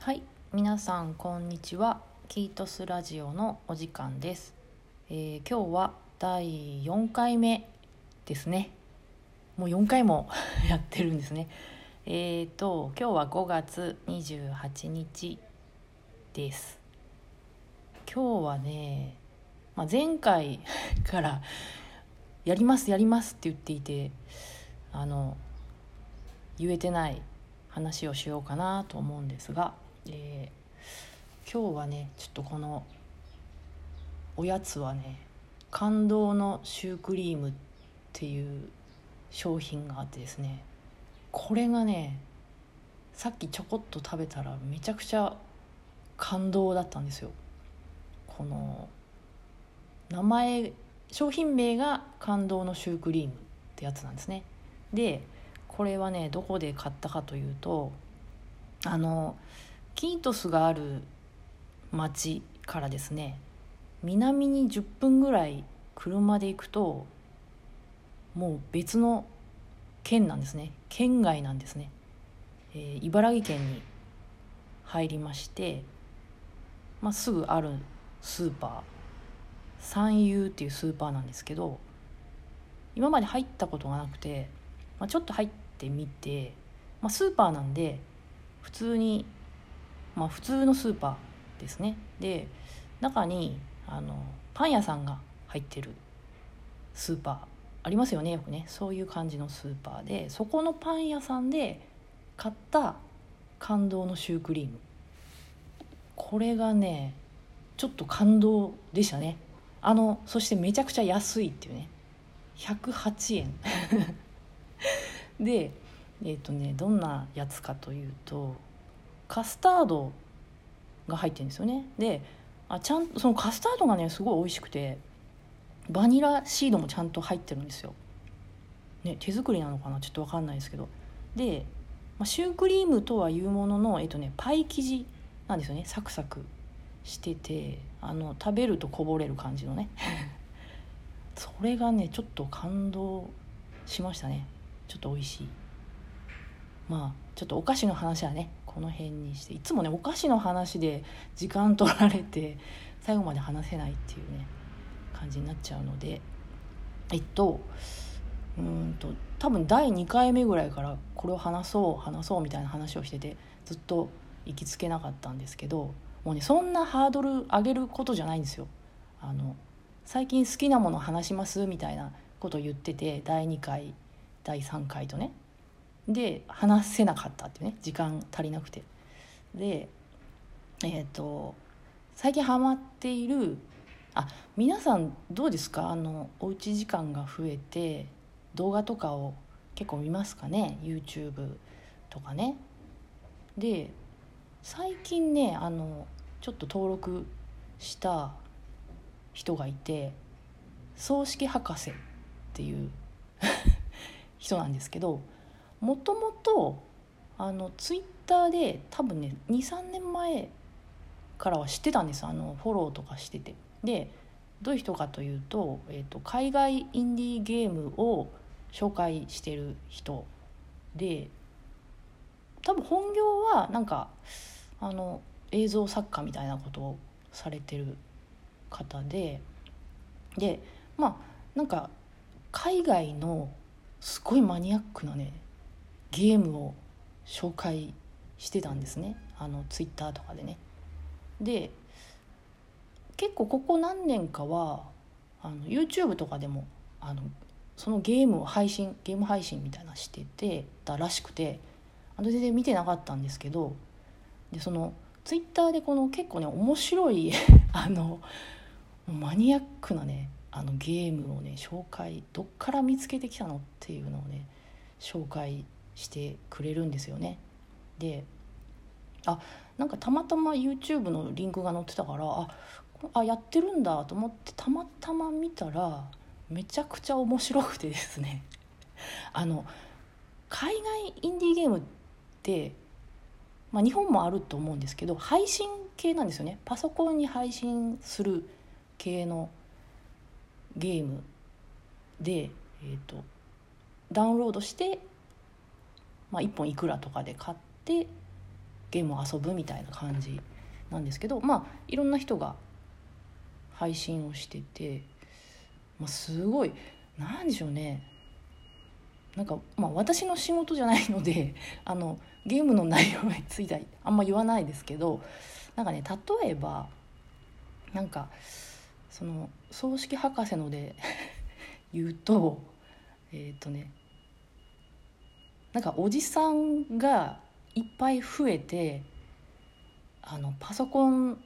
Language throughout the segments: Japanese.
はい、皆さんこんにちは。キートスラジオのお時間です。今日は第4回目ですね。もう4回もやってるんですね。今日は5月28日です。今日はね、前回からやりますって言っていて、言えてない話をしようかなと思うんですが、今日はねちょっとこのおやつはね、感動のシュークリームっていう商品があってですね、これがねさっきちょこっと食べたらめちゃくちゃ感動だったんですよ。この商品名が感動のシュークリームってやつなんですね。でこれはねどこで買ったかというと、キートスがある町からですね、南に10分ぐらい車で行くともう別の県なんですね。県外なんですね。茨城県に入りまして、すぐあるスーパー、三遊っていうスーパーなんですけど、今まで入ったことがなくて、ちょっと入ってみて、スーパーなんで普通に、普通のスーパーですね。で中にパン屋さんが入ってるスーパーありますよね、よくね。そういう感じのスーパーで、そこのパン屋さんで買った感動のシュークリーム、これがねちょっと感動でしたね。そしてめちゃくちゃ安いっていうね、108円でどんなやつかというと、カスタードが入ってるんですよね。でちゃんとそのカスタードがねすごい美味しくて、バニラシードもちゃんと入ってるんですよ、ね、手作りなのかなちょっと分かんないですけど。で、シュークリームとはいうものの、パイ生地なんですよね。サクサクしてて、食べるとこぼれる感じのねそれがねちょっと感動しましたね。ちょっと美味しい。ちょっとお菓子の話はねこの辺にして、いつもねお菓子の話で時間取られて最後まで話せないっていうね感じになっちゃうので、多分第2回目ぐらいからこれを話そうみたいな話をしてて、ずっと行きつけなかったんですけど、もうねそんなハードル上げることじゃないんですよ。最近好きなもの話しますみたいなことを言ってて、第2回第3回とね、で話せなかったっていうね、時間足りなくて。で最近ハマっている、皆さんどうですか？おうち時間が増えて動画とかを結構見ますかね？ YouTube とかね。で最近ねちょっと登録した人がいて、葬式博士っていう人なんですけど、もともとツイッターで多分ね 2,3 年前からは知ってたんです。フォローとかしてて。でどういう人かというと、海外インディーゲームを紹介してる人で、多分本業はなんか映像作家みたいなことをされてる方で、なんか海外のすごいマニアックなねゲームを紹介してたんですね、ツイッターとかでね。で結構ここ何年かはYouTube とかでもそのゲーム配信みたいなしててたらしくて、全然見てなかったんですけど、でそのツイッターでこの結構ね面白いマニアックなねゲームをね紹介、どっから見つけてきたのっていうのをね紹介してくれるんですよね。でなんかたまたま YouTube のリンクが載ってたから、やってるんだと思ってたまたま見たら、めちゃくちゃ面白くてですね海外インディーゲームって、日本もあると思うんですけど、配信系なんですよね。パソコンに配信する系のゲームで、ダウンロードして、1本いくらとかで買ってゲームを遊ぶみたいな感じなんですけど、いろんな人が配信をしてて、すごいなんでしょうね、なんか私の仕事じゃないのでゲームの内容についてはあんま言わないですけど、なんかね、例えばなんかその葬式博士ので言うとなんかおじさんがいっぱい増えて、パソコン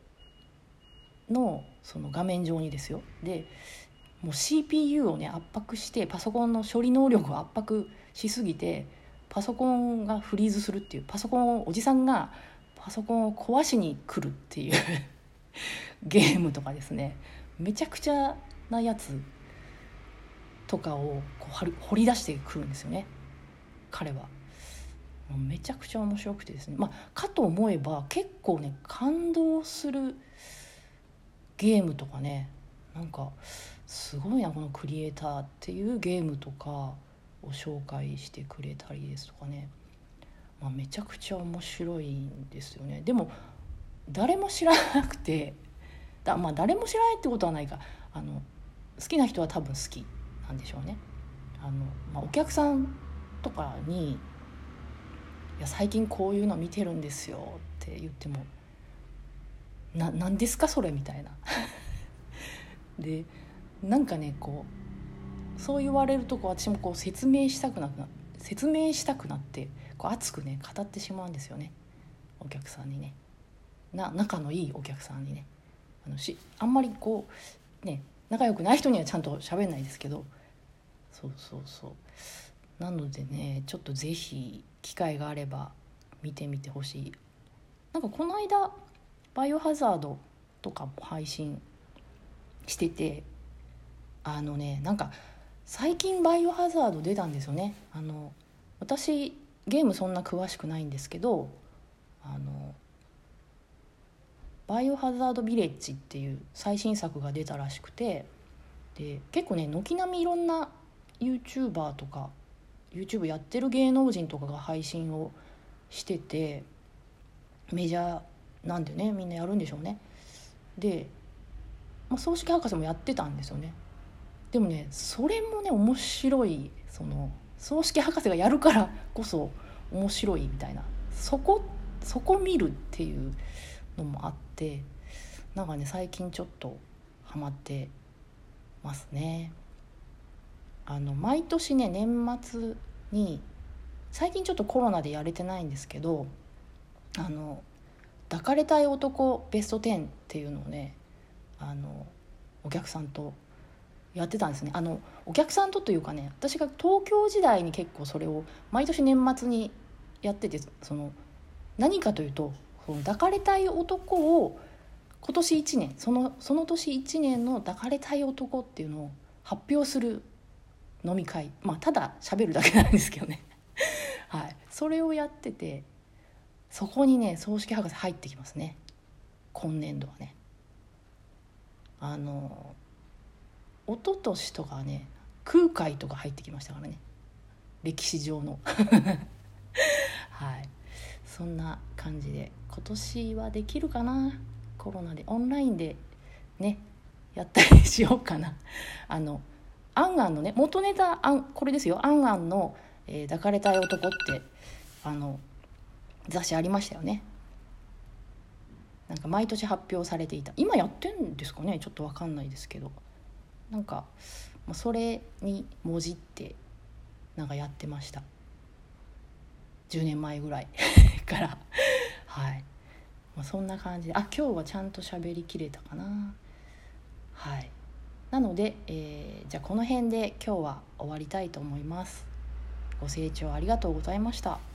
のその画面上にですよ、でもう CPU をね圧迫して、パソコンの処理能力を圧迫しすぎてパソコンがフリーズするっていう、おじさんがパソコンを壊しに来るっていうゲームとかですね、めちゃくちゃなやつとかをこう掘り出してくるんですよね、彼は。めちゃくちゃ面白くてですね、かと思えば結構ね感動するゲームとかね、なんかすごいなこのクリエイターっていうゲームとかを紹介してくれたりですとかね、めちゃくちゃ面白いんですよね。でも誰も知らなくて誰も知らないってことはないか、好きな人は多分好きなんでしょうね。お客さんとかにいや最近こういうの見てるんですよって言っても何ですかそれみたいなでなんかねこうそう言われると私もこう説明したくなってこう熱くね語ってしまうんですよね、お客さんにね、仲のいいお客さんにね、あんまりこうね仲良くない人にはちゃんと喋んないですけど、そうなのでね、ちょっとぜひ機会があれば見てみてほしい。なんかこの間バイオハザードとかも配信してて、なんか最近バイオハザード出たんですよね。私ゲームそんな詳しくないんですけど、バイオハザードビレッジっていう最新作が出たらしくて、で結構ね軒並みいろんな YouTuber とか YouTube やってる芸能人とかが配信をしてて、メジャーなんでねみんなやるんでしょうね。で、葬式博士もやってたんですよね。でもねそれもね面白い、その葬式博士がやるからこそ面白いみたいな、そこ見るっていうのもあって、なんかね最近ちょっとハマってますね。毎年ね年末に、最近ちょっとコロナでやれてないんですけど、抱かれたい男ベスト10っていうのをねお客さんとやってたんですね。お客さんというかね、私が東京時代に結構それを毎年年末にやってて、何かというとその抱かれたい男を今年1年その年1年の抱かれたい男っていうのを発表する飲み会、ただ喋るだけなんですけどねはい、それをやってて、そこにね葬式博士入ってきますね、今年度はね。一昨年とかはね空海とか入ってきましたからね、歴史上のはい、そんな感じで今年はできるかな、コロナでオンラインでねやったりしようかな。アンアンのね元ネタこれですよ、アンアンの、抱かれたい男って雑誌ありましたよね。なんか毎年発表されていた、今やってんですかね、ちょっと分かんないですけど、なんかそれにもじってなんかやってました、10年前ぐらいからはい、そんな感じで今日はちゃんと喋りきれたかな。はい、なので、じゃあこの辺で今日は終わりたいと思います。ご清聴ありがとうございました。